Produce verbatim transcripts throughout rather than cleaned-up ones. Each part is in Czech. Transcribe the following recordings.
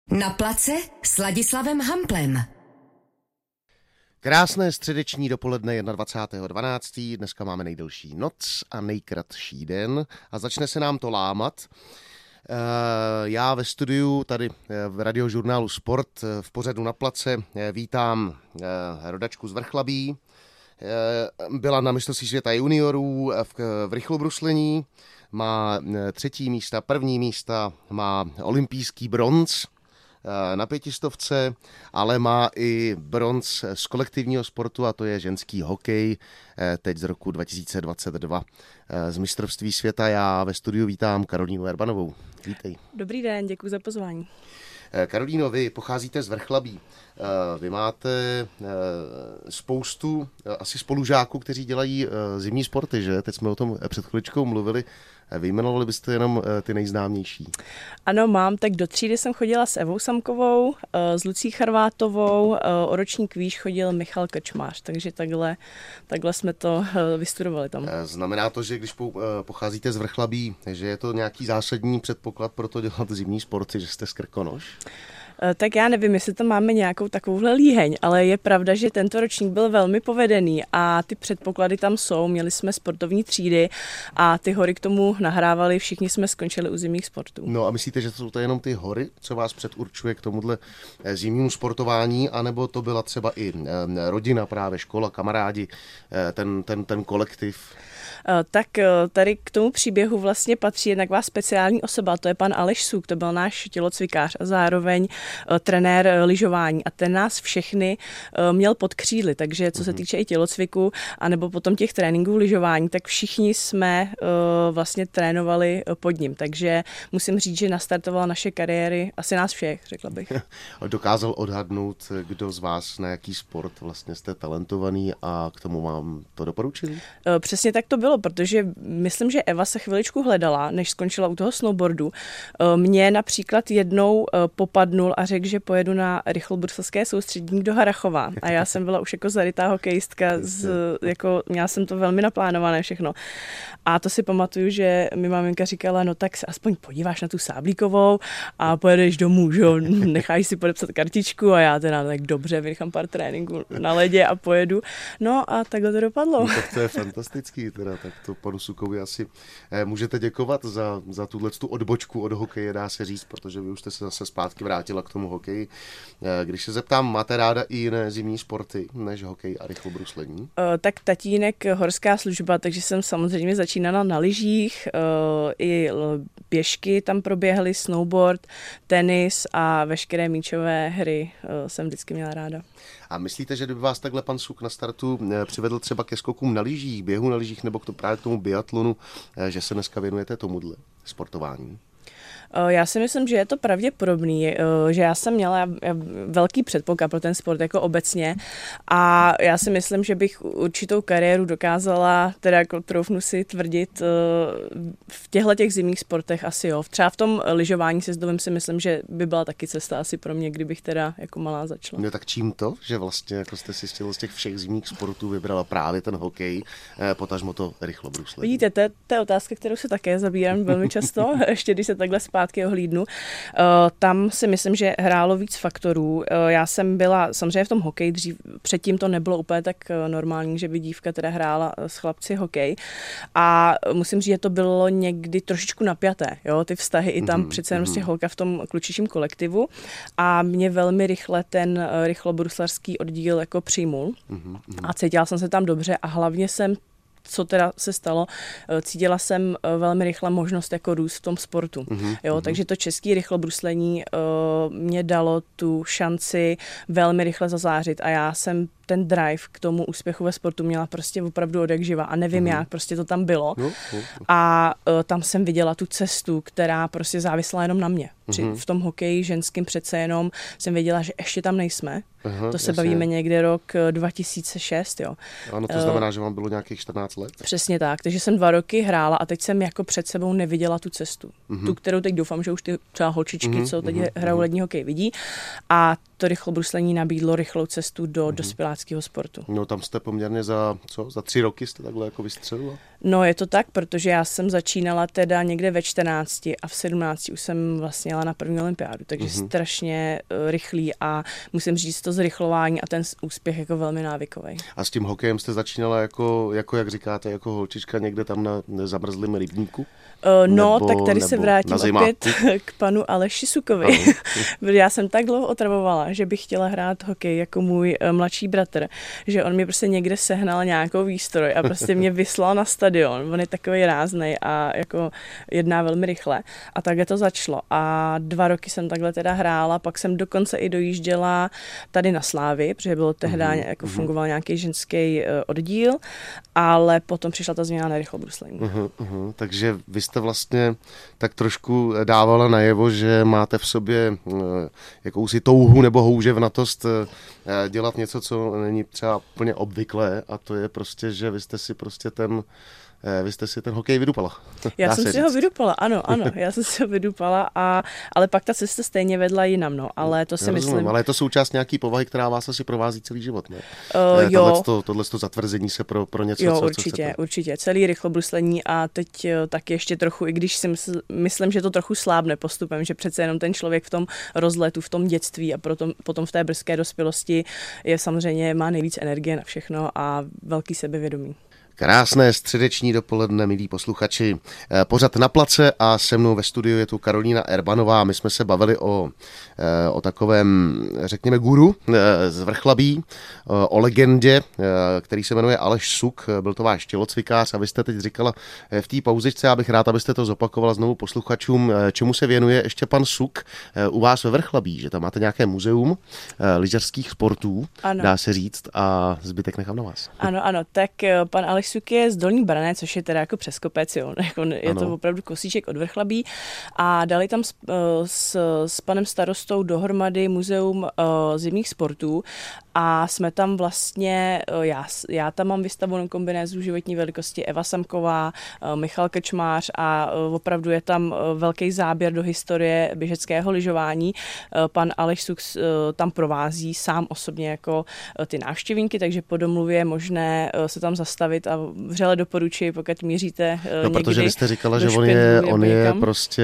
Na place s Ladislavem Hamplem. Krásné středeční dopoledne dvacátého prvního dvanáctého Dneska máme nejdelší noc a nejkratší den a začne se nám to lámat. Já ve studiu tady v radiožurnálu Sport v pořadu Na place vítám rodačku z Vrchlabí. Byla na mistrovství světa juniorů v rychlobruslení, má třetí místa, první místa, má olympijský bronz na pětistovce, ale má i bronz z kolektivního sportu a to je ženský hokej, teď z roku dva tisíce dvacet dva z mistrovství světa. Já ve studiu vítám Karolínu Erbanovou. Vítej. Dobrý den, děkuji za pozvání. Karolíno, vy pocházíte z Vrchlabí. Vy máte spoustu asi spolužáků, kteří dělají zimní sporty, že? Teď jsme o tom před chviličkou mluvili. Vyjmenovali byste jenom ty nejznámější. Ano, mám. Tak do třídy jsem chodila s Evou Samkovou, s Lucí Charvátovou, o ročník výš chodil Michal Krčmář, takže takhle, takhle jsme to vystudovali tam. Znamená to, že když pocházíte z Vrchlabí, že je to nějaký zásadní předpoklad pro to dělat zimní sporty, že jste z Krkonoš? Tak já nevím, jestli tam máme nějakou takovouhle líheň, ale je pravda, že tento ročník byl velmi povedený a ty předpoklady tam jsou. Měli jsme sportovní třídy a ty hory k tomu nahrávali, všichni jsme skončili u zimních sportů. No a myslíte, že to jsou to jenom ty hory, co vás předurčuje k tomuhle zimnímu sportování, anebo to byla třeba i rodina, právě škola, kamarádi, ten, ten, ten kolektiv? Tak tady k tomu příběhu vlastně patří jednak vás speciální osoba, to je pan Aleš Suk, to byl náš tělocvikář a zároveň trenér lyžování a ten nás všechny měl pod křídly, takže co se týče i tělocviku anebo potom těch tréninků lyžování, tak všichni jsme vlastně trénovali pod ním, takže musím říct, že nastartoval naše kariéry asi nás všech, řekla bych. Dokázal odhadnout, kdo z vás na jaký sport vlastně jste talentovaný a k tomu vám to doporučili? Přesně tak to bylo, protože myslím, že Eva se chviličku hledala, než skončila u toho snowboardu. Mě například jednou popadnul a řekl, že pojedu na rychlobruselské soustředění do Harrachova. A já jsem byla už jako zarytá hokejistka, z, jako, měla jsem to velmi naplánované všechno. A to si pamatuju, že mi maminka říkala, no tak se aspoň podíváš na tu Sáblíkovou a pojedeš domů, že jo, necháš si podepsat kartičku a já teda tak dobře, vynechám pár tréninků na ledě a pojedu. No a takhle to dopadlo. No, tak to je fantastický teda, tak to panu Sukovi asi eh, můžete děkovat za, za tuhletu odbočku od hokeje, dá se říct, protože vy už jste se zase zpátky vrátila k tomu hokeji. Eh, když se zeptám, máte ráda i jiné zimní sporty než hokej a rychlobruslení? Eh, tak tatínek horská služba, takže jsem samozřejmě začínala na lyžích, eh, i běžky tam proběhly, snowboard, tenis a veškeré míčové hry eh, jsem vždycky měla ráda. A myslíte, že kdyby vás takhle pan Suk na startu přivedl třeba ke skokům na lyžích, běhu na lyžích nebo k to, právě k tomu biatlonu, že se dneska věnujete tomuhle sportování? Já si myslím, že je to pravděpodobný, že já jsem měla velký předpoklad pro ten sport jako obecně a já si myslím, že bych určitou kariéru dokázala, teda jako troufnu si tvrdit, v těchto těch zimních sportech asi jo. Třeba v tom lyžování sjezdovém si myslím, že by byla taky cesta asi pro mě, kdybych teda jako malá začala. No tak čím to, že vlastně jako jste si z těch všech zimních sportů vybrala právě ten hokej, potažmo to rychlobruslení? Vidíte, to je, to je otázka, kterou se také zabírám velmi často, ještě když se takhle zpátky ohlídnu. Tam si myslím, že hrálo víc faktorů. Já jsem byla samozřejmě v tom hokeji, dřív, předtím to nebylo úplně tak normální, že by dívka teda hrála s chlapci hokej. A musím říct, že to bylo někdy trošičku napjaté, jo, ty vztahy i tam mm-hmm. přece jenom mm-hmm. holka v tom klučičím kolektivu. A mě velmi rychle ten rychlobruslařský oddíl jako přijmul. Mm-hmm. A cítila jsem se tam dobře a hlavně jsem co teda se stalo, cítila jsem velmi rychle možnost jako růst v tom sportu. Mm-hmm. Jo, takže to české rychlobruslení uh, mě dalo tu šanci velmi rychle zazářit a já jsem ten drive k tomu úspěchu ve sportu měla prostě opravdu od jak živa a nevím mm-hmm. jak, prostě to tam bylo. No, no. A uh, tam jsem viděla tu cestu, která prostě závisela jenom na mě. Mm-hmm. V tom hokeji ženským přece jenom jsem věděla, že ještě tam nejsme. Aha, to se jasně. Bavíme někde rok dva tisíce šest, jo. Ano, to znamená, uh, že vám bylo nějakých čtrnáct let. Přesně tak, takže jsem dva roky hrála a teď jsem jako před sebou neviděla tu cestu. Mm-hmm. Tu, kterou teď doufám, že už ty třeba holčičky, mm-hmm. co teď mm-hmm. hrajou lední hokej, vidí. A to rychlobruslení nabídlo rychlou cestu do mm-hmm. dospěláckého sportu. No tam jste poměrně za, co, za tři roky jste takhle jako vystřelila? No je to tak, protože já jsem začínala teda někde ve čtrnácti a v sedmnácti už jsem vlastně měla na první olympiádu, takže mm-hmm. strašně uh, rychlý a musím říct to zrychlování a ten úspěch jako velmi návykový. A s tím hokejem jste začínala jako, jako jak říkáte, jako holčička někde tam na zamrzlém rybníku? Uh, no, nebo, tak tady se vrátím opět k panu Aleši Sukovi. Já jsem tak dlouho otravovala, že bych chtěla hrát hokej jako můj uh, mladší bratr, že on mi prostě někde sehnal nějakou výstroj a prostě mě vyslal na stadion. On je takový ráznej a jako jedná velmi rychle. A takhle to začalo. A dva roky jsem takhle teda hrála, pak jsem dokonce i dojížděla tady na Slávy, protože bylo tehdy mm-hmm. jako fungoval nějaký ženský uh, oddíl, ale potom přišla ta změna na rychlobruslení. Uh-huh, uh-huh. Takže vy jste vlastně tak trošku dávala najevo, že máte v sobě uh, jakousi touhu nebo houževnatost uh, dělat něco, co není třeba úplně obvyklé, a to je prostě, že vy jste si prostě ten Vy jste si ten hokej vydupala. Já jsem si říct. ho vydupala, ano, ano, já jsem si ho vydupala, a, ale pak ta cesta stejně vedla jinam, no, ale to si já myslím... Rozumím, ale je to součást nějaký povahy, která vás asi provází celý život, ne? Uh, jo. Tohleto, tohleto zatvrzení se pro, pro něco, jo, co, určitě, co chcete. určitě, celý rychlobruslení a teď tak ještě trochu, i když si mysl, myslím, že to trochu slábne postupem, že přece jenom ten člověk v tom rozletu, v tom dětství a potom, potom v té brzké dospělosti je samozřejmě, má nejvíc energie na všechno a velký sebevědomí. Krásné středeční dopoledne, milí posluchači. Pořad Na place a se mnou ve studiu je tu Karolína Erbanová. My jsme se bavili o, o takovém, řekněme, guru z Vrchlabí, o legendě, který se jmenuje Aleš Suk. Byl to váš tělocvikář a vy jste teď říkala v té pauzičce, já bych rád, abyste to zopakovala znovu posluchačům, čemu se věnuje ještě pan Suk u vás ve Vrchlabí, že tam máte nějaké muzeum lyžařských sportů, ano. Dá se říct, a zbytek nechám na vás. Ano, ano, tak pan Aleš Suk je z Dolní Brané, což je teda jako přes kopec, jo. Jako je ano. To opravdu kosíček od Vrchlabí, a dali tam s, s, s panem starostou dohromady muzeum uh, zimních sportů a jsme tam vlastně, uh, já, já tam mám vystavenou kombinézu životní velikosti Eva Samková, uh, Michal Krčmář a uh, opravdu je tam uh, velký záběr do historie běžeckého lyžování. Uh, pan Aleš Suk uh, tam provází sám osobně jako uh, ty návštěvníky, takže po domluvě je možné uh, se tam zastavit a vřele doporučuji, pokud míříte uh, no, protože vy jste říkala, že on je, on je prostě,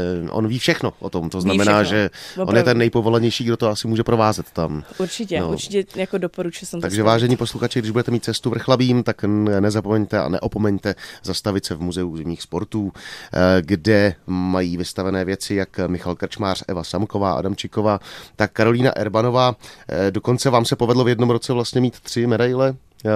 on ví všechno o tom, to znamená, že opravdu. On je ten nejpovolanější, kdo to asi může provázet tam. Určitě, no. určitě jako doporučuji jsem to Takže vážení posluchači, když budete mít cestu Vrchlabím, tak nezapomeňte a neopomeňte zastavit se v muzeu zimních sportů, kde mají vystavené věci jak Michal Krčmář, Eva Samková, Adam Čikova, tak Karolína Erbanová. Dokonce vám se povedlo v jednom roce vlastně mít tři medaile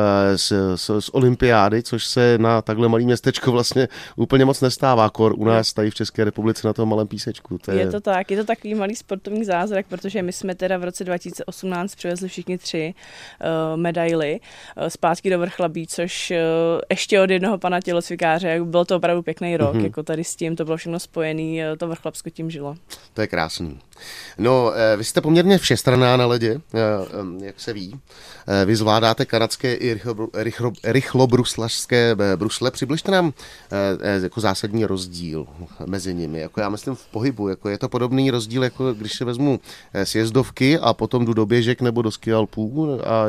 Z, z, z olympiády, což se na takhle malý městečko vlastně úplně moc nestává, kor u nás tady v České republice na tom malém písečku. To je... je to tak, je to takový malý sportovní zázrak, protože my jsme teda v roce dva tisíce osmnáct přivezli všichni tři uh, medaily uh, zpátky do Vrchlabí, což uh, ještě od jednoho pana tělocvikáře, byl to opravdu pěkný rok, mm-hmm. jako tady s tím, to bylo všechno spojený, uh, to Vrchlabsko tím žilo. To je krásný. No, vy jste poměrně všestranná na ledě, jak se ví. Vy zvládáte kanadské i rychlo, rychlobruslařské brusle. Přibližte nám jako zásadní rozdíl mezi nimi. Jako já myslím v pohybu. Jako je to podobný rozdíl, jako když se vezmu sjezdovky a potom jdu do běžek nebo do ski alpů, a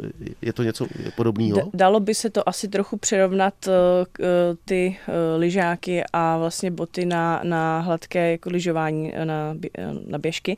je to něco podobného? Dalo by se to asi trochu přirovnat ty lyžáky a vlastně boty na, na hladké jako lyžování, na, na běžky.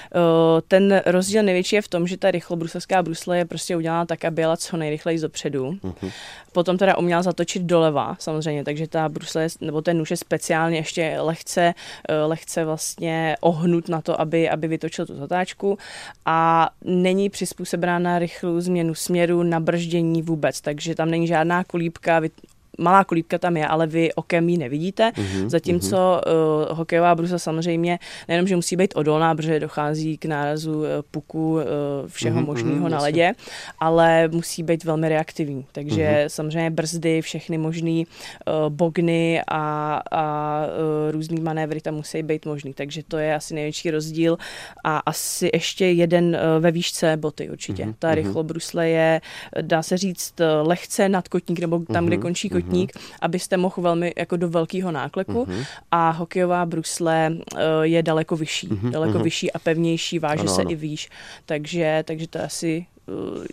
Ten rozdíl největší je v tom, že ta rychlobruslařská brusle je prostě udělána tak, aby jela co nejrychleji dopředu. Uh-huh. Potom teda uměla zatočit doleva, samozřejmě, takže ta brusle, nebo ten nůž je speciálně ještě lehce, lehce vlastně ohnut na to, aby, aby vytočil tu zatáčku, a není přizpůsobená na rychlou změnu směru, na brždění vůbec, takže tam není žádná kolíbka, malá kolíbka tam je, ale vy okem ji nevidíte, uh-huh, zatímco uh-huh. uh, hokejová brusle samozřejmě nejenom, že musí být odolná, protože dochází k nárazu uh, puku uh, všeho uh-huh, možného uh-huh, na ledě, ale musí být velmi reaktivní, takže uh-huh. samozřejmě brzdy, všechny možný uh, bogny a, a uh, různý manévry tam musí být možný, takže to je asi největší rozdíl, a asi ještě jeden uh, ve výšce boty určitě. Uh-huh, Ta uh-huh. rychlobrusle je, dá se říct, lehce nad kotník, nebo tam, uh-huh, kde končí kotník, Uhum. abyste mohl velmi jako do velkého nákleku, uhum. a hokejová brusle uh, je daleko vyšší, uhum. daleko uhum. vyšší a pevnější, váže ano, se ano. i výš, takže, takže to asi uh,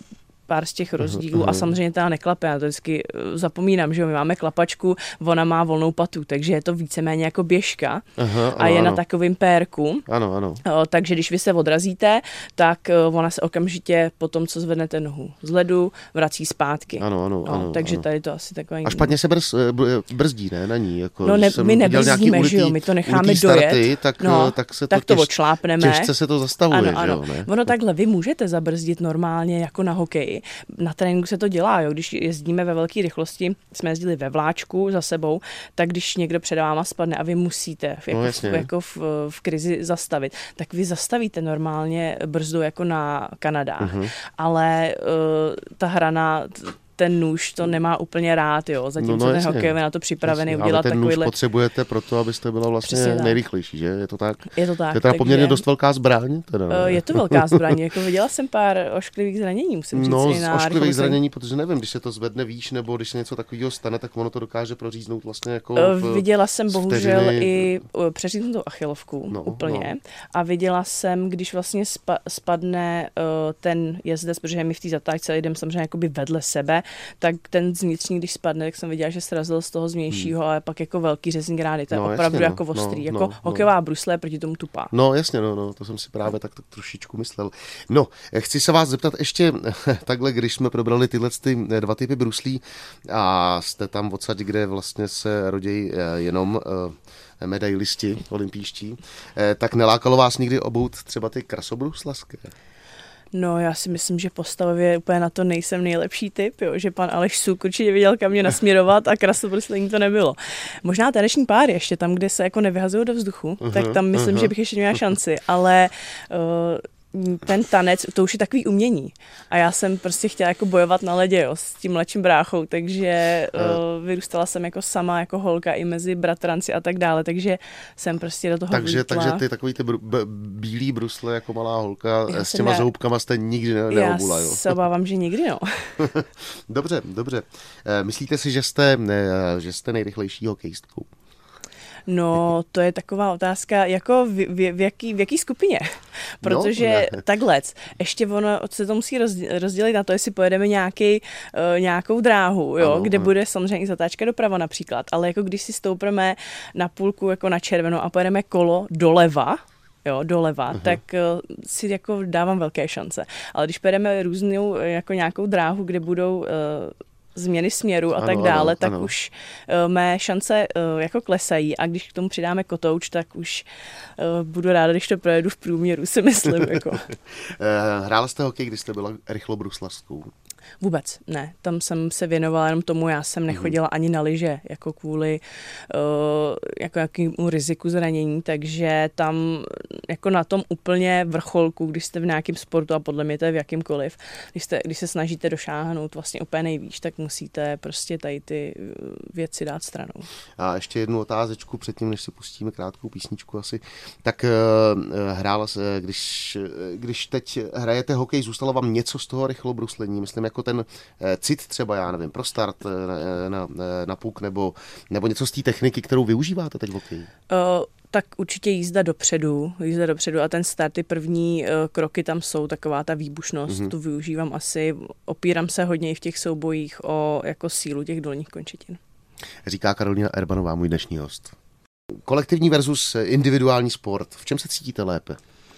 pár z těch rozdílů uh-huh. a samozřejmě ta neklape. Já to vždycky zapomínám, že my máme klapačku, ona má volnou patu, takže je to víceméně jako běžka uh-huh, a je ano. na takovým pérku. Ano, ano. Takže když vy se odrazíte, tak ona se okamžitě po tom, co zvednete nohu z ledu, vrací zpátky. Ano, ano, no, ano. Takže ano. tady to asi takový... A špatně se brz, brzdí, ne, na ní? Jako, no ne, my nebrzdíme, že jo, my to necháme starty, dojet. Tak, no, tak se to, tak to těž, odšlápneme. Těžce se to zastavuje, ano, že ano. jo, ne? Ono takhle, vy můžete zabrzdit normálně jako na hokeji. Na tréninku se to dělá, jo. Když jezdíme ve velké rychlosti, jsme jezdili ve vláčku za sebou, tak když někdo před váma spadne a vy musíte jako, no, v, jako v, v krizi zastavit, tak vy zastavíte normálně brzdu jako na Kanadách. Uh-huh. Ale uh, ta hrana... ten nůž to nemá úplně rád, jo. Zatímco no, no, ten hokej je na to připravený jasně, udělat takovýhle... Ale ten nůž potřebujete proto, abyste byla vlastně nejrychlejší, že? Je to tak? Je to tak. To je teda poměrně dost velká zbraň. Teda, je to velká zbraň, jako viděla jsem pár ošklivých zranění, musím říct. No, z ošklivých zranění, protože nevím, když se to zvedne výš, nebo když se něco takového stane, tak ono to dokáže proříznout vlastně jako v, viděla jsem bohužel vteřiny... i přeříznutou achilovku, no, úplně. No. A viděla jsem, když vlastně spa, spadne uh, ten jezdec, protože my v té zatáčce jdem samozřejmě jakoby vedle sebe, tak ten vnitřní, když spadne, tak jsem viděla, že srazil z toho zvnějšího, hmm. ale pak jako velký řezník rány, to je no, opravdu jasně, jako no, ostrý, no, jako no, hokejová brusle proti tomu tupá. No jasně, no, no, to jsem si právě tak, tak trošičku myslel. No, chci se vás zeptat ještě takhle, když jsme probrali tyhle ty dva typy bruslí a jste tam odsaď, kde vlastně se rodí jenom medailisti olympijští, tak nelákalo vás nikdy obout třeba ty krasobruslařské? No, já si myslím, že postavově úplně na to nejsem nejlepší typ, jo? Že pan Aleš Suk určitě věděl, kam mě nasměrovat a krasobruslení to nebylo. Možná taneční pár ještě tam, kde se jako nevyhazují do vzduchu, uh-huh, tak tam myslím, uh-huh. že bych ještě měla šanci, ale uh, ten tanec, to už je takový umění. A já jsem prostě chtěla jako bojovat na ledě, jo, s tím mladším bráchou, takže uh, vyrůstala jsem jako sama, jako holka i mezi bratranci a tak dále, takže jsem prostě do toho takže, vlítla. Takže ty takový ty br- b- bílý brusle jako malá holka já s těma ne... zoubkama jste nikdy ne- neobula, jo? Já se obávám, že nikdy, no. Dobře, dobře. Myslíte si, že jste, že jste nejrychlejší hokejistkou? No, to je taková otázka, jako v, v, v, jaký, v jaký skupině, protože no, takhle, ještě ono se to musí rozdělit na to, jestli pojedeme nějaký, uh, nějakou dráhu, jo, ano, kde ano. bude samozřejmě i zatáčka doprava například, ale jako když si stoupneme na půlku jako na červenou a pojedeme kolo doleva, jo, doleva, uh-huh. tak uh, si jako dávám velké šance, ale když pojedeme různou jako nějakou dráhu, kde budou uh, změny směru a ano, tak dále, ano, tak ano. už uh, mé šance uh, jako klesají a když k tomu přidáme kotouč, tak už uh, budu ráda, když to projedu v průměru, si myslím. Jako. Hrála jste hokej, když jste byla rychlobruslařskou? Vůbec ne, tam jsem se věnovala jenom tomu, já jsem nechodila ani na lyže, jako kvůli uh, jako jakému riziku zranění, takže tam jako na tom úplně vrcholku, když jste v nějakém sportu a podle mě to je v jakýmkoliv, když, jste, když se snažíte došáhnout vlastně úplně nejvíc, tak musíte prostě tady ty věci dát stranou. A ještě jednu otázečku předtím, než si pustíme krátkou písničku asi, tak uh, hrála se, když, když teď hrajete hokej, zůstalo vám něco z toho rychlobruslení, myslím jako ten cit třeba, já nevím, pro start na, na, na puk nebo, nebo něco z té techniky, kterou využíváte teď v hokeji? Uh, tak určitě jízda dopředu, jízda dopředu a ten start, ty první uh, kroky tam jsou, taková ta výbušnost, mm-hmm. tu využívám asi, opírám se hodně i v těch soubojích o jako sílu těch dolních končetin. Říká Karolína Erbanová, můj dnešní host. Kolektivní versus individuální sport, v čem se cítíte lépe?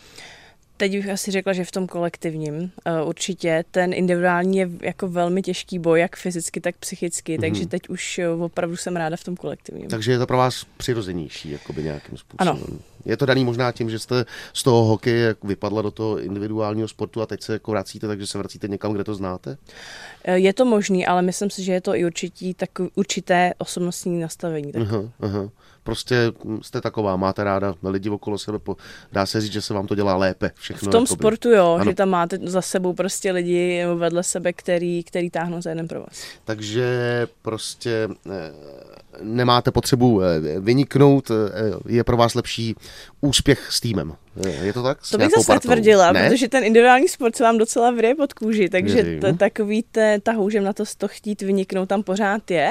Teď bych asi řekla, že v tom kolektivním uh, určitě. Ten individuální je jako velmi těžký boj, jak fyzicky, tak psychicky, mm-hmm. takže teď už uh, opravdu jsem ráda v tom kolektivním. Takže je to pro vás přirozenější, jakoby nějakým způsobem. Ano. Je to daný možná tím, že jste z toho hokeje vypadla do toho individuálního sportu a teď se jako vracíte, takže se vracíte někam, kde to znáte? Je to možný, ale myslím si, že je to i určitý, tak, určité osobnostní nastavení. Aha, aha. Prostě jste taková, máte ráda lidi okolo sebe, dá se říct, že se vám to dělá lépe. Všechno v tom jakoby. Sportu jo, ano. Že tam máte za sebou prostě lidi vedle sebe, který, který táhnou za jeden pro vás. Takže prostě nemáte potřebu vyniknout, je pro vás lepší úspěch s týmem. Je to tak? To bych zase netvrdila, protože ten individuální sport se vám docela vryje pod kůži, takže t- takový te, ta houžem na to, to chtít vyniknout tam pořád je.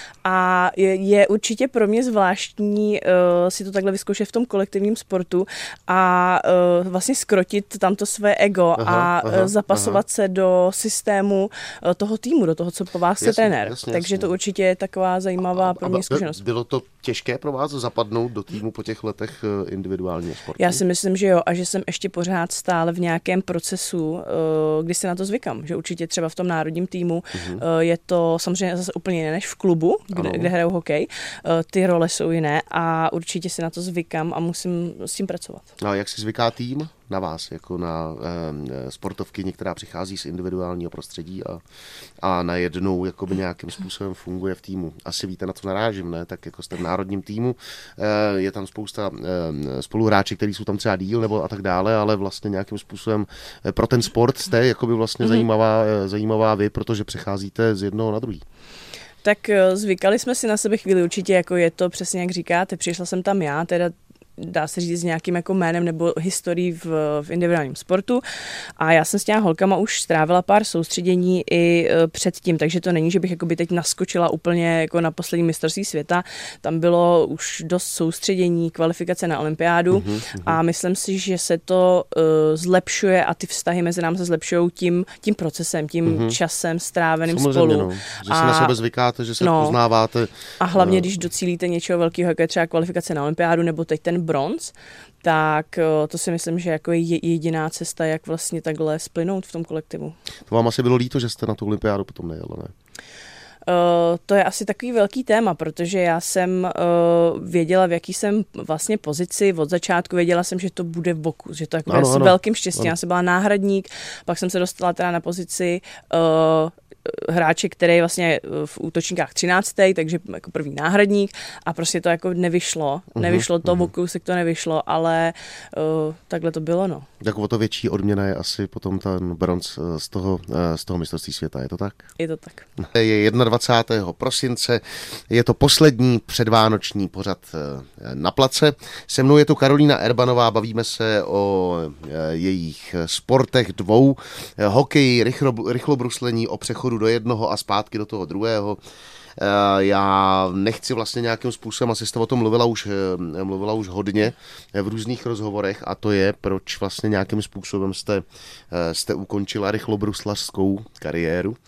A je, je určitě pro mě zvláštní uh, si to takhle vyzkoušet v tom kolektivním sportu a uh, vlastně skrotit tam to své ego aha, a aha, zapasovat aha. se do systému uh, toho týmu, do toho, co po vás chce trenér. Jasně, takže jasně. To určitě je taková zajímavá a, pro mě a, zkušenost. Bylo to těžké pro vás zapadnout do týmu po těch letech individuálního sportu? Já si myslím, že jo, a že jsem ještě pořád stále v nějakém procesu, kdy se na to zvykám, že určitě třeba v tom národním týmu uh-huh. je to samozřejmě zase úplně jiné než v klubu, kde, kde hraju hokej, ty role jsou jiné a určitě si na to zvykám a musím s tím pracovat. A jak si zvyká tým na vás, jako na eh, sportovkyni, která přichází z individuálního prostředí a, a najednou jakoby nějakým způsobem funguje v týmu? Asi víte, na co narážím, ne? Tak jako jste v národním týmu, eh, je tam spousta eh, spoluhráči, kteří jsou tam třeba díl nebo a tak dále, ale vlastně nějakým způsobem eh, pro ten sport jste jakoby vlastně mm-hmm. zajímavá, eh, zajímavá vy, protože přecházíte z jednoho na druhý. Tak zvykali jsme si na sebe chvíli určitě, jako je to přesně jak říkáte, přišla jsem tam já, teda dá se říct s nějakým jako jménem nebo historií v, v individuálním sportu a já jsem s těma holkama už strávila pár soustředění i předtím, takže to není, že bych jakoby teď naskočila úplně jako na poslední mistrovství světa, tam bylo už dost soustředění, kvalifikace na olympiádu uhum, uhum. a myslím si, že se to uh, zlepšuje a ty vztahy mezi námi se zlepšují tím, tím procesem, tím uhum. časem stráveným samozřejmě, spolu. No. Že a, si na sebe zvykáte, že se no, poznáváte. A hlavně, když docílíte něčeho velkého, jako je třeba kvalifikace na olympiádu nebo teď ten bronz, tak to si myslím, že jako je jediná cesta, jak vlastně takhle splynout v tom kolektivu. To vám asi bylo líto, že jste na tu olympiádu potom nejela, ne? Uh, to je asi takový velký téma, protože já jsem uh, věděla, v jaký jsem vlastně pozici od začátku, věděla jsem, že to bude v boku, že to jako ano, je s velkým štěstím. Ano. Já jsem byla náhradník, pak jsem se dostala teda na pozici uh, hráče, který je vlastně v útočníkách třináctý, takže jako první náhradník a prostě to jako nevyšlo. Uh-huh, nevyšlo to, uh-huh. v kousek to nevyšlo, ale uh, takhle to bylo, no. Tak o to větší odměna je asi potom ten bronz z toho, z toho mistrovství světa, je to tak? Je to tak. Je dvacátého prvního prosince, je to poslední předvánoční pořad na place. Se mnou je tu Karolína Erbanová, bavíme se o jejich sportech dvou, hokej, rychlo, rychlobruslení, o přechodu do jednoho a zpátky do toho druhého. Já nechci vlastně nějakým způsobem, asi jste o tom mluvila už, mluvila už hodně v různých rozhovorech a to je, proč vlastně nějakým způsobem jste, jste ukončila rychlobruslařskou kariéru.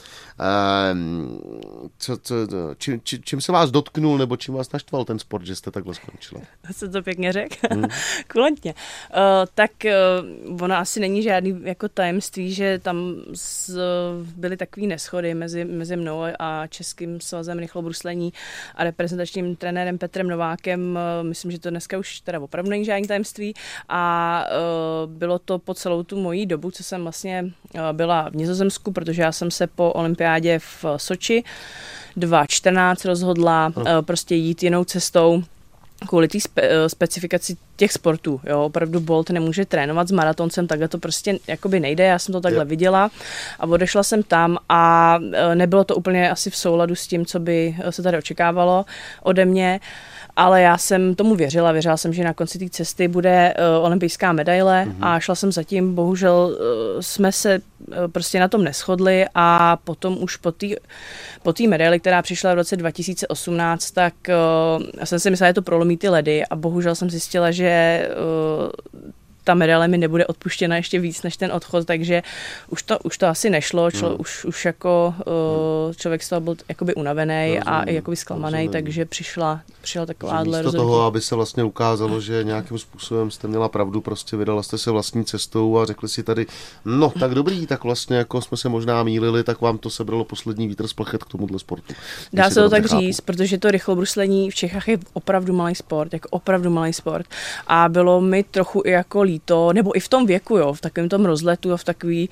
Co, co, či, či, čím se vás dotknul nebo čím vás naštval ten sport, že jste takhle skončila? Co to pěkně řekl? Hmm. Kulantně. Uh, tak uh, ono asi není žádný jako tajemství, že tam z, byly takové neschody mezi, mezi mnou a Českým svazem rychlobruslení a reprezentačním trenérem Petrem Novákem. Uh, myslím, že to dneska už teda opravdu není žádný tajemství a uh, bylo to po celou tu mojí dobu, co jsem vlastně uh, byla v Nizozemsku, protože já jsem se po olympiádě v Soči dva tisíce čtrnáct rozhodla uh, prostě jít jinou cestou kvůli té spe, specifikaci těch sportů. Jo, opravdu Bolt nemůže trénovat s maratoncem, takhle to prostě jakoby nejde, já jsem to takhle yeah. viděla a odešla jsem tam a nebylo to úplně asi v souladu s tím, co by se tady očekávalo ode mě, ale já jsem tomu věřila, věřila jsem, že na konci té cesty bude uh, olympijská medaile mm-hmm. a šla jsem zatím, bohužel uh, jsme se uh, prostě na tom neshodli a potom už po té po té medaili, která přišla v roce dva tisíce osmnáct, tak uh, já jsem si myslela, že to prolomí ty ledy a bohužel jsem zjistila, že uh, ta medaile mi nebude odpuštěna ještě víc než ten odchod, takže už to, už to asi nešlo, člo, hmm. už, už jako uh, člověk z toho byl jakoby unavený rozumím, a i jakoby zklamaný, rozumím. Takže přišla, přišla takováhle rozhodnutí. Místo toho, aby se vlastně ukázalo, že nějakým způsobem jste měla pravdu, prostě vydala jste se vlastní cestou a řekli si tady, no tak dobrý, tak vlastně jako jsme se možná mýlili, tak vám to sebralo poslední vítr z plachet k tomuhle sportu. Dá se to tak chápu. Říct, protože to rychlobruslení v Čechách je opravdu malý sport, jako opravdu malý sport a bylo mi trochu i jako líto, takový to, nebo i v tom věku, jo, v takovém tom rozletu a v takový,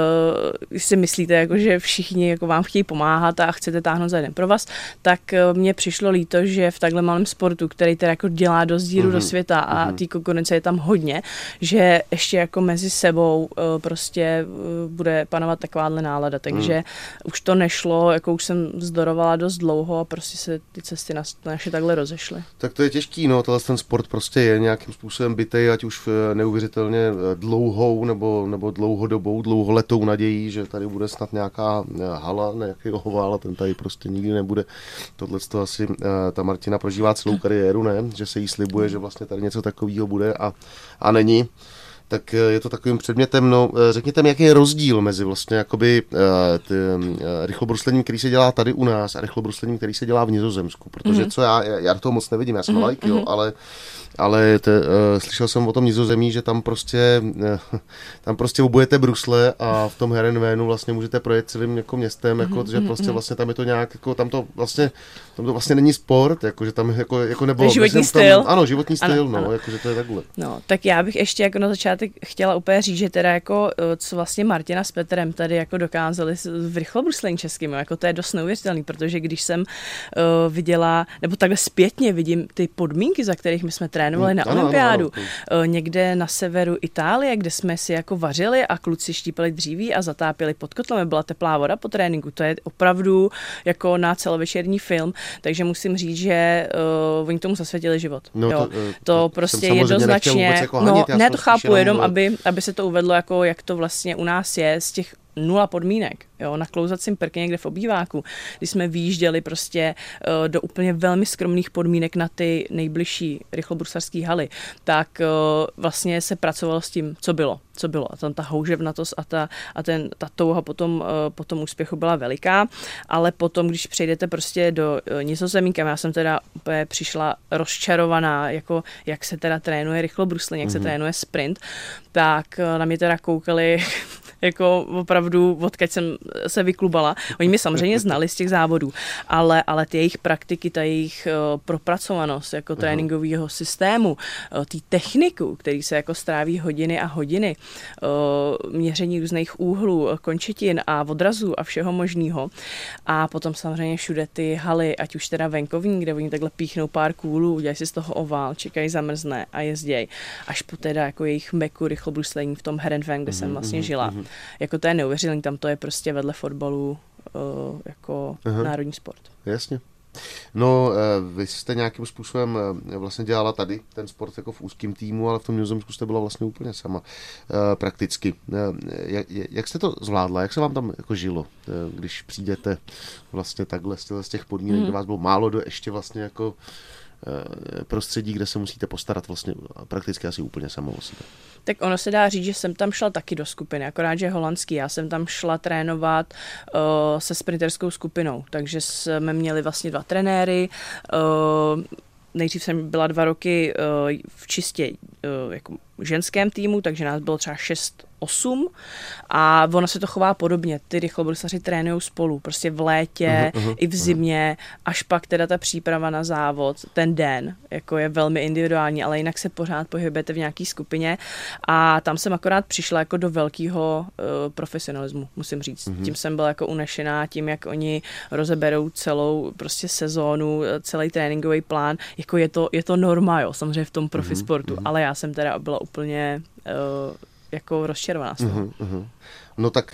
uh, si myslíte, jako, že všichni jako vám chtějí pomáhat a chcete táhnout za jeden provaz, tak uh, mně přišlo líto, že v takhle malém sportu, který teda jako dělá dost díru mm-hmm. do světa a mm-hmm. té konkurence je tam hodně, že ještě jako mezi sebou uh, prostě uh, bude panovat takováhle nálada, takže mm. už to nešlo, jako už jsem vzdorovala dost dlouho a prostě se ty cesty na, naše takhle rozešly. Tak to je těžký, no, tenhle ten sport prostě je nějakým způsobem bitej, ať už neuvěřitelně dlouhou nebo, nebo dlouhodobou, dlouholetou nadějí, že tady bude snad nějaká hala, nějaký oval a ten tady prostě nikdy nebude. Tohle to asi ta Martina prožívá celou kariéru, ne? Že se jí slibuje, že vlastně tady něco takového bude a, a není. Tak je to takovým předmětem, no, řekněte mi, jaký je rozdíl mezi vlastně jakoby uh, rychlobruslením, který se dělá tady u nás a rychlobruslení, který se dělá v Nizozemsku, protože mm-hmm. co já, já toho moc nevidím, já jsem mm-hmm. like, jo, ale ale te, uh, slyšel jsem o tom Nizozemí, že tam prostě uh, tam prostě obujete brusle a v tom Herenvénu vlastně můžete projet celým jako městem, jako, mm-hmm. že prostě vlastně tam je to nějak, jako tam to vlastně, tam to vlastně není sport, jako, že tam jako, jako nebylo. Životní styl. Tam, ano, životní styl, ano, no, ano. jako, že to je takhle. No, tak já bych ještě jako na začátek chtěla úplně říct, že teda jako, co vlastně Martina s Petrem tady jako dokázali v rychlobruslení českým, jako to je dost neuvěřitelný, protože když jsem uh, viděla, nebo takhle zpětně vidím ty podmínky, za kterých my jsme trénovali na ano, olympiádu, ano, ano. někde na severu Itálie, kde jsme si jako vařili a kluci štípali dříví a zatápěli pod kotlem, byla teplá voda po tréninku, to je opravdu jako na celovečerní film, takže musím říct, že uh, oni tomu zasvětili život. No, jo. To, to prostě jednoznačně, jako no hanit, ne, to chápu, jenom, jenom aby, aby se to uvedlo, jako jak to vlastně u nás je z těch nula podmínek, jo, na klouzacím prkně někde v obýváku, když jsme vyjížděli prostě uh, do úplně velmi skromných podmínek na ty nejbližší rychlobruslařské haly, tak uh, vlastně se pracovalo s tím, co bylo, co bylo. A tam ta houževnatost a ta, a ten, ta touha potom, uh, po tom úspěchu byla veliká, ale potom, když přejdete prostě do uh, Nizozemí, kam já jsem teda úplně přišla rozčarovaná, jako jak se teda trénuje rychlobruslení, jak mm-hmm. se trénuje sprint, tak uh, na mě teda koukali jako opravdu, odkud jsem se vyklubala. Oni mě samozřejmě znali z těch závodů, ale, ale ty jejich praktiky, ta jejich uh, propracovanost jako uh-huh. tréninkového systému, uh, ty techniku, který se jako stráví hodiny a hodiny, uh, měření různých úhlů, končetin a odrazů a všeho možného. A potom samozřejmě všude ty haly, ať už teda venkovní, kde oni takhle píchnou pár kůlů, udělají si z toho ovál, čekají, zamrzne a jezdějí. Až po teda jako jejich meku rychlobruslení v tom Herenveen, kde uh-huh, jsem vlastně žila. Uh-huh. Jako to je neuvěřitelné, tam to je prostě vedle fotbalu uh, jako Aha. národní sport. Jasně. No, vy jste nějakým způsobem vlastně dělala tady ten sport jako v úzkém týmu, ale v tom Nizozemsku jste byla vlastně úplně sama prakticky. Jak, jak jste to zvládla? Jak se vám tam jako žilo, když přijdete vlastně takhle z těch podmínek, hmm. kde vás bylo málo do ještě vlastně jako prostředí, kde se musíte postarat vlastně prakticky asi úplně sama o sebe. Tak ono se dá říct, že jsem tam šla taky do skupiny, akorát, že holandský. Já jsem tam šla trénovat uh, se sprinterskou skupinou, takže jsme měli vlastně dva trenéry. Uh, nejdřív jsem byla dva roky uh, v čistě uh, jako ženském týmu, takže nás bylo třeba šest osm a ono se to chová podobně. Ty rychlobruslaři trénují spolu, prostě v létě, uh-huh, uh-huh, i v zimě, až pak teda ta příprava na závod, ten den, jako je velmi individuální, ale jinak se pořád pohybujete v nějaký skupině a tam jsem akorát přišla jako do velkého uh, profesionalismu, musím říct. Uh-huh. Tím jsem byla jako unešená, tím, jak oni rozeberou celou prostě sezónu, celý tréninkový plán, jako je to, je to norma, jo, samozřejmě v tom profisportu, uh-huh, uh-huh. ale já jsem teda byla úplně uh, jako rozčarovaná z toho. Uh-huh, uh-huh. No tak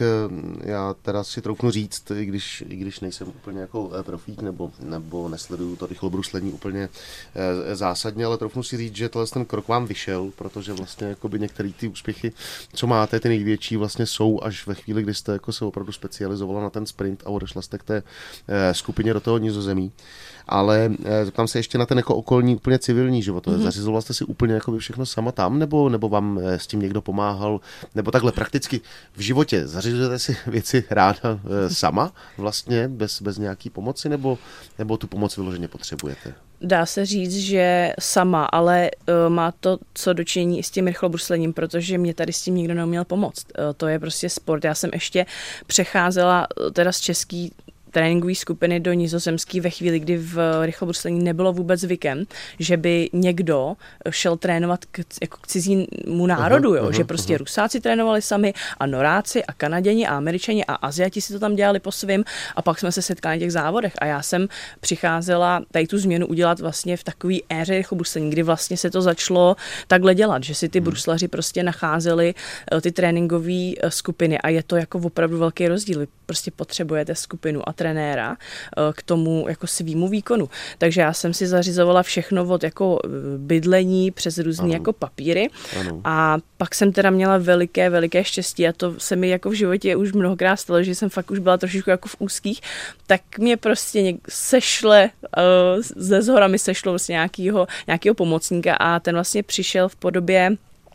já teda si troufnu říct, i když, i když nejsem úplně jako profík nebo, nebo nesleduju to rychlobruslení úplně zásadně, ale troufnu si říct, že tenhle ten krok vám vyšel, protože vlastně jakoby některé ty úspěchy, co máte, ty největší vlastně jsou až ve chvíli, kdy jste jako se opravdu specializovala na ten sprint a odešla jste k té skupině do toho Nizozemí. Ale zeptám se ještě na ten jako okolní úplně civilní život. Mm-hmm. Zařizovala jste si úplně jako všechno sama tam, nebo, nebo vám s tím někdo pomáhal, nebo takhle prakticky v životě zařizujete si věci ráda sama vlastně, bez, bez nějaký pomoci, nebo, nebo tu pomoc vyloženě potřebujete? Dá se říct, že sama, ale uh, má to co dočinění i s tím rychlobruslením, protože mě tady s tím nikdo neuměl pomoct. Uh, to je prostě sport. Já jsem ještě přecházela uh, teda z český tréninkové skupiny do Nizozemský ve chvíli, kdy v rychlobruslení nebylo vůbec zvykem, že by někdo šel trénovat k, jako k cizímu národu, jo? Aha, že prostě aha. Rusáci trénovali sami a Noráci a Kanaděni a Američani a Aziati si to tam dělali po svým a pak jsme se setkali na těch závodech a já jsem přicházela tady tu změnu udělat vlastně v takové éře rychlobruslení, kdy vlastně se to začalo takhle dělat, že si ty hmm. bruslaři prostě nacházeli ty tréninkové skupiny a je to jako opravdu velký rozdíl. Vy prostě potřebujete skupinu a trenéra k tomu jako svýmu výkonu. Takže já jsem si zařizovala všechno od jako bydlení přes různý jako papíry ano. A pak jsem teda měla veliké, veliké štěstí a to se mi jako v životě už mnohokrát stalo, že jsem fakt už byla trošičku jako v úzkých, tak mě prostě něk- sešle, uh, ze zhora mi sešlo vlastně nějakýho, nějakýho pomocníka a ten vlastně přišel v podobě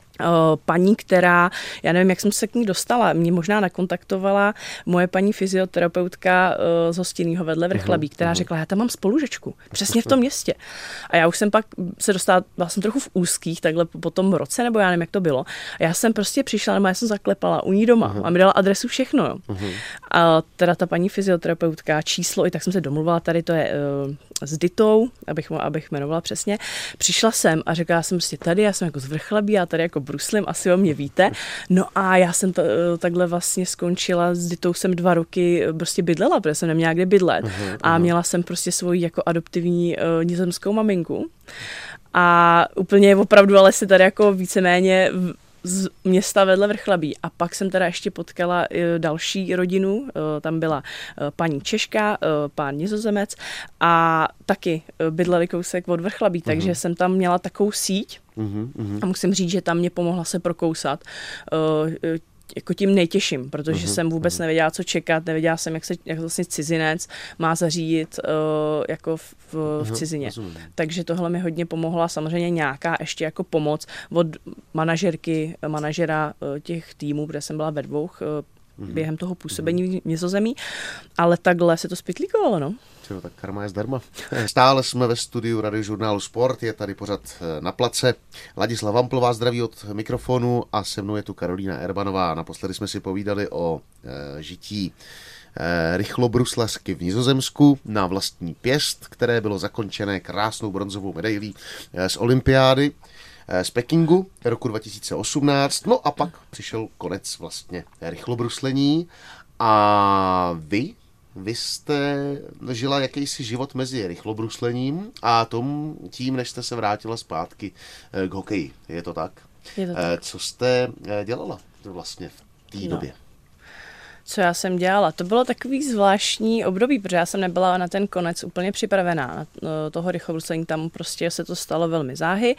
paní, která, já nevím, jak jsem se k ní dostala, mě možná nakontaktovala moje paní fyzioterapeutka z Hostinného vedle Vrchlabí, která řekla, já tam mám spolužečku, přesně v tom městě. A já už jsem pak se dostala, byla jsem trochu v úzkých, takhle po tom roce, nebo já nevím, jak to bylo. A já jsem prostě přišla, nebo já jsem zaklepala u ní doma Aha. a mi dala adresu všechno. Jo. A teda ta paní fyzioterapeutka, číslo, i tak jsem se domluvila, tady to je uh, s Ditou, abych, abych jmenovala přesně. Přišla jsem a řekla, já jsem prostě tady, já jsem jako z Vrchlabí, já tady jako bruslím, asi o mě víte. No a já jsem to, takhle vlastně skončila, s Ditou jsem dva roky prostě bydlela, protože jsem neměla kde bydlet. Aha, a měla jsem prostě svoji jako adoptivní uh, nizozemskou maminku. A úplně opravdu, ale se tady jako víceméně v, z města vedle Vrchlabí. A pak jsem teda ještě potkala uh, další rodinu, uh, tam byla uh, paní Češka, uh, pán Nizozemec a taky uh, bydleli kousek od Vrchlabí, uh-huh. takže jsem tam měla takovou síť uh-huh, uh-huh. a musím říct, že tam mě pomohla se prokousat uh, jako tím nejtěžším, protože uh-huh, jsem vůbec uh-huh. nevěděla, co čekat, nevěděla jsem, jak se jak vlastně cizinec má zařídit uh, jako v, v, uh-huh, v cizině. Rozumím. Takže tohle mi hodně pomohla, samozřejmě nějaká ještě jako pomoc od manažerky, manažera uh, těch týmů, kde jsem byla ve dvou uh, uh-huh. během toho působení v Nizozemí, ale takhle se to spytlíkovalo, no. Jo, tak karma je zdarma. Stále jsme ve studiu Radiožurnálu Sport, je tady pořad Na place. Ladislav Hampl vás zdraví od mikrofonu a se mnou je tu Karolína Erbanová. Naposledy jsme si povídali o e, žití e, rychlobruslařky v Nizozemsku na vlastní pěst, které bylo zakončené krásnou bronzovou medailí e, z olympiády e, z Pekingu roku dva tisíce osmnáct. No a pak přišel konec vlastně rychlobruslení a vy Vy jste žila jakýsi život mezi rychlobruslaním a tom, tím, než jste se vrátila zpátky k hokeji. Je to tak? Je to tak. Co jste dělala vlastně v té no. době? Co já jsem dělala? To bylo takový zvláštní období, protože já jsem nebyla na ten konec úplně připravená. Na toho rychlobruslení tam prostě se to stalo velmi záhy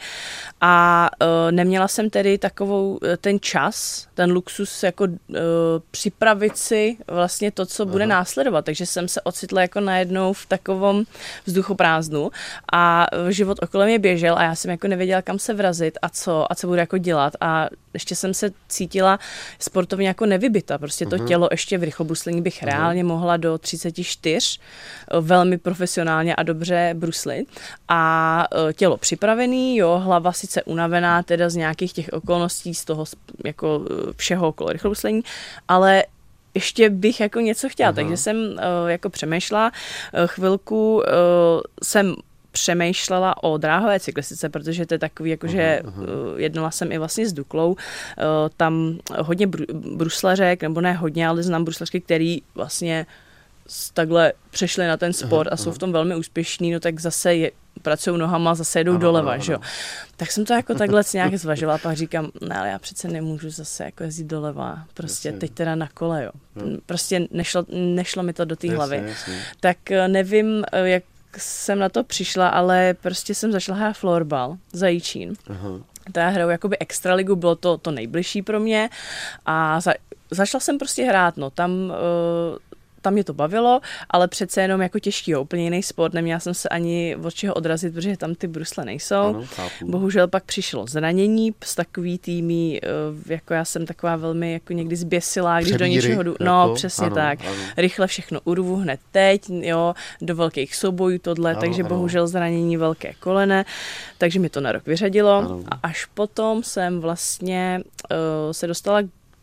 a uh, neměla jsem tedy takovou ten čas, ten luxus jako uh, připravit si vlastně to, co bude Aha. následovat. Takže jsem se ocitla jako najednou v takovom vzduchoprázdnu a život okolo mě běžel a já jsem jako nevěděla, kam se vrazit a co, a co budu jako dělat a ještě jsem se cítila sportovně jako nevybita. Prostě to uh-huh. tělo ještě v rychlobruslení bych uh-huh. reálně mohla do třicet čtyři velmi profesionálně a dobře bruslit. A tělo připravený, jo, hlava sice unavená teda z nějakých těch okolností, z toho jako všeho okolo rychlobruslení, ale ještě bych jako něco chtěla. Uh-huh. Takže jsem uh, jako přemýšlela. Uh, chvilku uh, jsem přemýšlela o dráhové cyklistice, protože to je takový, jakože uh, jednala jsem i vlastně s Duklou, uh, tam hodně br- bruslařek, nebo ne hodně, ale znám bruslařky, který vlastně takhle přešli na ten sport aha, a jsou aha. v tom velmi úspěšní, no tak zase je, pracují nohama, zase jedou aha, doleva, aha. že jo. Tak jsem to jako takhle nějak zvažovala, pak říkám, ne, ale já přece nemůžu zase jako jezdit doleva, prostě jasně. teď teda na kole, jo. jo. Prostě nešlo, nešlo mi to do té hlavy. Jasně, jasně. Tak nevím, jak jsem na to přišla, ale prostě jsem začala hrát florbal za Jičín. Aha. To já hraju jakoby extraligu, bylo to to nejbližší pro mě a za, začala jsem prostě hrát, no tam... Uh, tam mě to bavilo, ale přece jenom jako těžký, jo, úplně jiný sport, neměla jsem se ani od čeho odrazit, protože tam ty brusle nejsou. Ano, bohužel pak přišlo zranění z takový týmí, jako já jsem taková velmi jako někdy zběsilá, když Přebíry, do něčeho jdu, no jako, přesně ano, tak, ano. rychle všechno urvu hned teď, jo, do velkých soubojů tohle, ano, takže ano. bohužel zranění velké kolene, takže mi to na rok vyřadilo ano. a až potom jsem vlastně uh, se dostala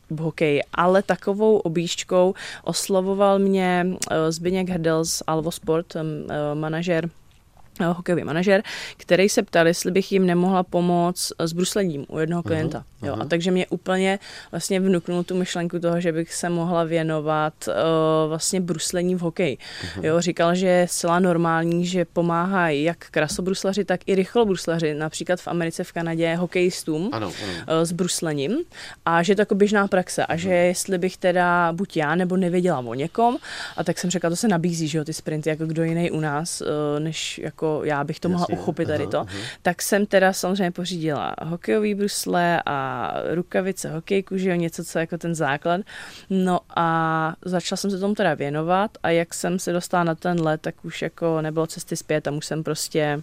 v hokeji, ale takovou objížďkou oslovoval mě Zbyněk Hrdel z Alvo Sport, manažer, hokejový manažer, který se ptal, jestli bych jim nemohla pomoct s bruslením u jednoho klienta. Aha, jo, aha. A takže mě úplně vlastně vnuknul tu myšlenku toho, že bych se mohla věnovat uh, vlastně bruslení v hokeji. Aha. Jo, říkal, že je zcela normální, že pomáhají jak krasobruslaři, tak i rychlobruslaři, například v Americe, v Kanadě, hokejistům ano, ano. Uh, s bruslením a že je to jako běžná praxe a že jestli bych teda buď já nebo nevěděla o někom, a tak jsem řekla, to se nabízí, že jo, ty sprinty, jako kdo jiný u nás, uh, než jako já bych to mohla Jasně. uchopit tady to, aha, aha. tak jsem teda samozřejmě pořídila hokejový brusle a rukavice hokejku, že jo, něco, co jako ten základ. No a začala jsem se tomu teda věnovat a jak jsem se dostala na ten let, tak už jako nebylo cesty zpět, tam už jsem prostě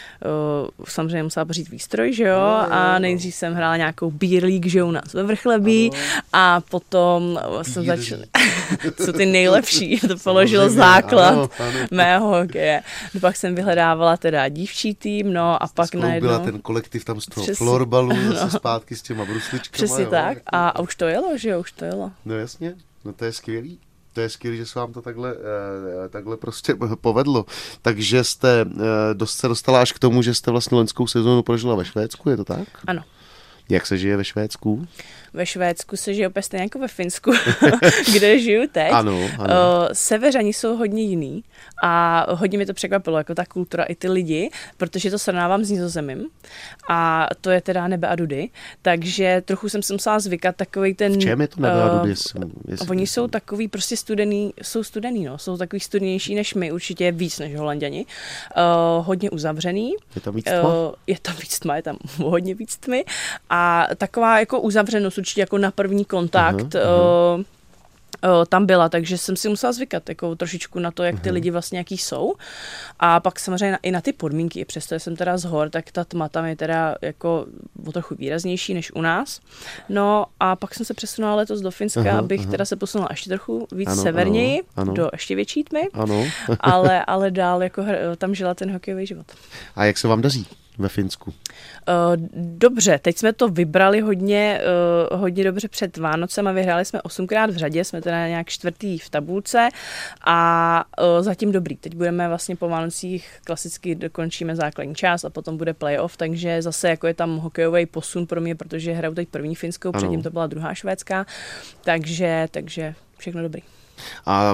uh, samozřejmě musela pořídit výstroj, že jo, no, a nejdřív jsem hrála nějakou Beer League, že jo, u nás ve Vrchlebí ano. a potom jsem začala, co ty nejlepší, to položilo základ ano, ano. mého hokeje. No, pak jsem vyhledávala teda dívčí tým, no a pak najednou... Byla ten kolektiv tam z toho Přesně, florbalu, no. zase zpátky s těma brusličkama. Přesně jo, tak a, a už to jelo, že jo, už to jelo. No jasně, no to je skvělý. To je skvělé, že se vám to takhle, takhle prostě povedlo. Takže jste dost se dostala až k tomu, že jste vlastně loňskou sezónu prožila ve Švédsku, je to tak? Ano. Jak se žije ve Švédsku? Ve Švédsku se žije opět stejně jako ve Finsku, kde žiju teď. Ano, ano. Uh, Severani jsou hodně jiný a hodně mě to překvapilo, jako ta kultura i ty lidi, protože to srovnávám s Nizozemím a to je teda nebe a dudy, takže trochu jsem se musela zvykat takovej ten... V čem je to nebe a dudy? Uh, oni jsou takový prostě studený, jsou studený, no, jsou takový studenější než my, určitě víc než Holanděni, uh, hodně uzavřený. Je tam víc tma? Uh, je tam víc tma, je tam hodně víc tmy a taková jako uzavřenost určitě jako na první kontakt uh, uh, tam byla, takže jsem si musela zvykat jako trošičku na to, jak ty uh-huh. lidi vlastně jaký jsou. A pak samozřejmě na, i na ty podmínky, i přesto jsem teda z hor, tak ta tma tam je teda jako o trochu výraznější než u nás. No a pak jsem se přesunula letos do Finska, uh-huh, abych uh-huh. teda se posunula ještě trochu víc ano, severněji, ano, ano. do ještě větší tmy, ano. ale, ale dál jako tam žila ten hokejový život. A jak se vám daří ve Finsku? Uh, dobře, teď jsme to vybrali hodně, uh, hodně dobře před Vánocem a vyhráli jsme osmkrát v řadě, jsme teda nějak čtvrtý v tabulce a uh, zatím dobrý. Teď budeme vlastně po Vánocích klasicky dokončíme základní část a potom bude playoff, takže zase jako je tam hokejový posun pro mě, protože hraju teď první finskou, předtím to byla druhá švédská, takže, takže všechno dobrý. A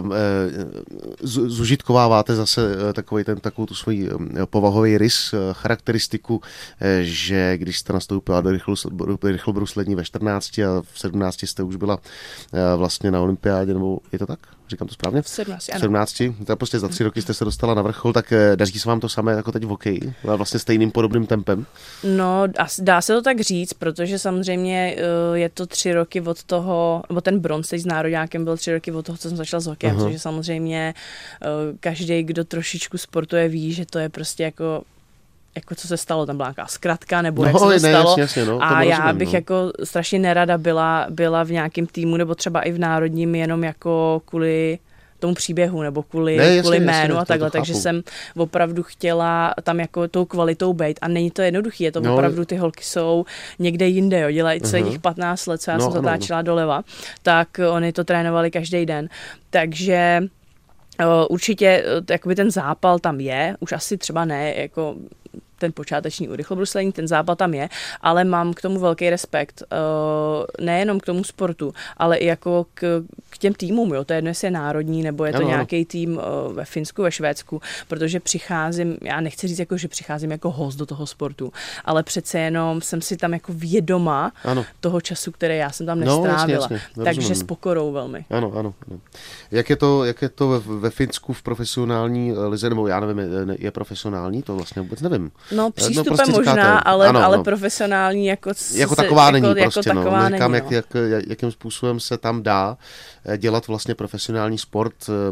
e, zužitkováváte zase takový ten, takovou tu svoji povahový rys, charakteristiku, e, že když jste nastoupila do rychlobruslení ve čtrnácti a v sedmnácti jste už byla e, vlastně na olympiádě, nebo je to tak? Říkám to správně? V sedmnácti, ano. V sedmnácti, tak prostě za tři roky jste se dostala na vrchol, tak daří se vám to samé jako teď v hokeji? Vlastně stejným podobným tempem? No, dá se to tak říct, protože samozřejmě je to tři roky od toho, nebo ten bronz teď s nároďákem byl tři roky od toho, co jsem začala s hokejem, což samozřejmě každý, kdo trošičku sportuje, ví, že to je prostě jako jako co se stalo, tam byla nějaká zkratka, nebo no, jak se to ne, stalo. Jasně, jasně, no, a já rozumím, bych no. jako strašně nerada byla, byla v nějakém týmu, nebo třeba i v národním, jenom jako kvůli tomu příběhu, nebo kvůli, ne, jasně, kvůli jménu jasně, a takhle, takže jsem opravdu chtěla tam jako tou kvalitou bejt a není to jednoduchý, je to no, opravdu, ty holky jsou někde jinde, jo, dělají celých uh-huh. patnáct let, co já no, jsem zatáčela no. doleva, tak oni to trénovali každý den, takže uh, určitě uh, jakoby ten zápal tam je, už asi třeba ne, jako ten počáteční rychlobruslení, ten zápal tam je, ale mám k tomu velký respekt. Uh, nejenom k tomu sportu, ale i jako k, k těm týmům, jo. To je jedno, jestli je národní, nebo je to ano, nějaký tým uh, ve Finsku, ve Švédsku, protože přicházím, já nechci říct, jako, že přicházím jako host do toho sportu, ale přece jenom jsem si tam jako vědoma ano. toho času, který já jsem tam nestrávila. No, jasně, jasně. Takže rozumím. S pokorou velmi. Ano, ano. ano. Jak je to, jak je to ve, ve Finsku v profesionální lize, nebo já nevím, je, je profesionální, to vlastně vůbec nevím. No přístupem no, prostě možná, říkáte, ale, ano, ale no. profesionální jako... Jako taková jako, není jako prostě, taková no. není, Říkám, no. jak, jak, jakým způsobem se tam dá dělat vlastně profesionální sport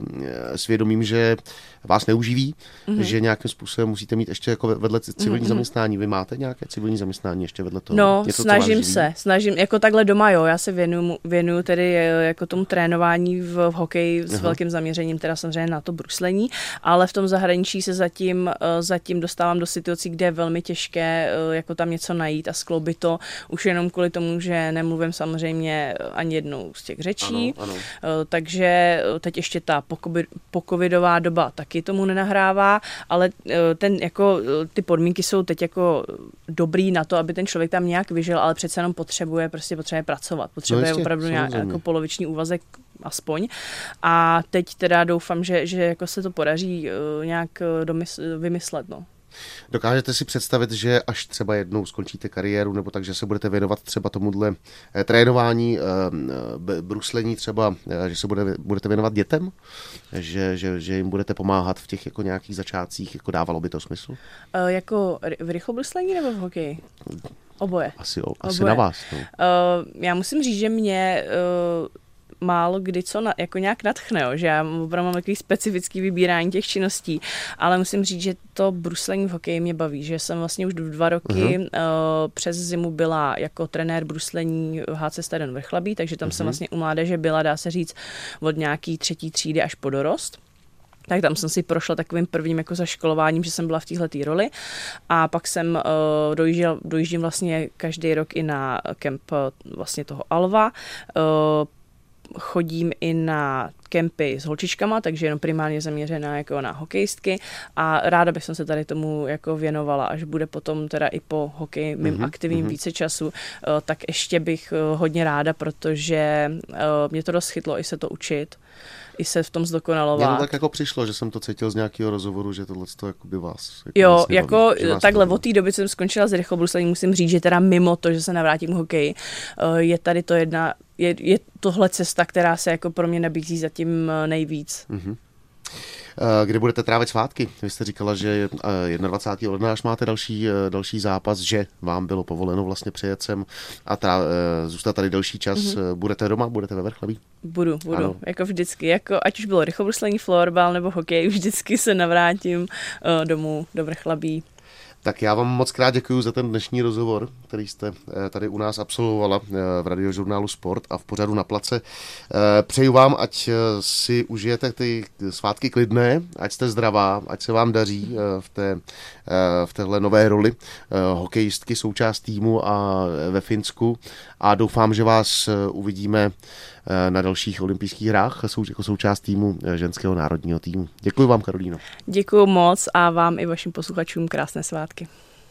s vědomím, že vás neuživí, mm-hmm. že nějakým způsobem musíte mít ještě jako vedle civilní mm-hmm. zaměstnání. Vy máte nějaké civilní zaměstnání ještě vedle toho? No, něco, snažím se, snažím, jako takhle doma, jo, já se věnuju, věnuju tedy jako tomu trénování v, v hokeji s Aha. velkým zaměřením, teda samozřejmě na to bruslení, ale v tom zahraničí se zatím, zatím dostávám do situací, kde je velmi těžké jako tam něco najít a skloubit to, už jenom kvůli tomu, že nemluvím samozřejmě ani jednou z těch řečí, ano, ano. takže teď ještě ta pocovidová doba taky tomu nenahrává, ale ten jako ty podmínky jsou teď jako dobrý na to, aby ten člověk tam nějak vyžil, ale přece jenom potřebuje, prostě potřebuje pracovat, potřebuje no jistě, opravdu nějak jako poloviční úvazek aspoň. A teď teda doufám, že, že jako se to podaří nějak domysl, vymyslet, no. Dokážete si představit, že až třeba jednou skončíte kariéru, nebo tak, že se budete věnovat třeba tomuhle trénování, bruslení třeba, že se bude, budete věnovat dětem? Že, že, že jim budete pomáhat v těch jako nějakých začátcích, jako dávalo by to smysl? Uh, jako v rychlobruslení nebo v hokeji? Oboje. Asi, o, asi Oboje. Na vás. No. Uh, já musím říct, že mě uh, málo kdy co na, jako nějak nadchne, jo, že já opravdu mám takový specifický vybírání těch činností, ale musím říct, že to bruslení v hokeji mě baví, že jsem vlastně už dva roky uh-huh. uh, přes zimu byla jako trenér bruslení H C Stadion Vrchlabí, takže tam uh-huh. jsem vlastně u mládeže byla, dá se říct, od nějaký třetí třídy až po dorost. Tak tam jsem si prošla takovým prvním jako zaškolováním, že jsem byla v téhletý roli a pak jsem uh, dojížděl, dojíždím vlastně každý rok i na kemp vlastně toho Alva. Uh, chodím i na kempy s holčičkama, takže jenom primárně zaměřená jako na hokejistky a ráda bych se tady tomu jako věnovala, až bude potom teda i po hokeji mým mm-hmm. aktivním mm-hmm. více času, tak ještě bych hodně ráda, protože mě to dost chytlo i se to učit, i se v tom zdokonalovat. Mně to tak jako přišlo, že jsem to cítil z nějakého rozhovoru, že tohle to jako by vás jako jo, vlastně jako baví, takhle od té doby jsem skončila s rychlobruslení, musím říct, že teda mimo to, že se navrátím k hokeji, je tady to jedna, je, je tohle cesta, která se jako pro mě nabízí zatím nejvíc. Mm-hmm. Kde budete trávit svátky? Vy jste říkala, že dvacátého prvního ledna až máte další, další zápas, že vám bylo povoleno vlastně přijet sem a trá, zůstat tady další čas. Mm-hmm. Budete doma? Budete ve Vrchlabí? Budu, budu. Ano. Jako vždycky. Jako, ať už bylo rychlobruslení, florbal nebo hokej, vždycky se navrátím uh, domů do Vrchlabí. Tak já vám moc krát děkuji za ten dnešní rozhovor, který jste tady u nás absolvovala v Radiožurnálu Sport a v pořadu Na place. Přeju vám, ať si užijete ty svátky klidné, ať jste zdravá, ať se vám daří v, té, v téhle nové roli hokejistky, součást týmu a ve Finsku a doufám, že vás uvidíme na dalších olympijských hrách jako součást týmu ženského národního týmu. Děkuji vám, Karolíno. Děkuji moc a vám i vašim posluchačům krásné svátky.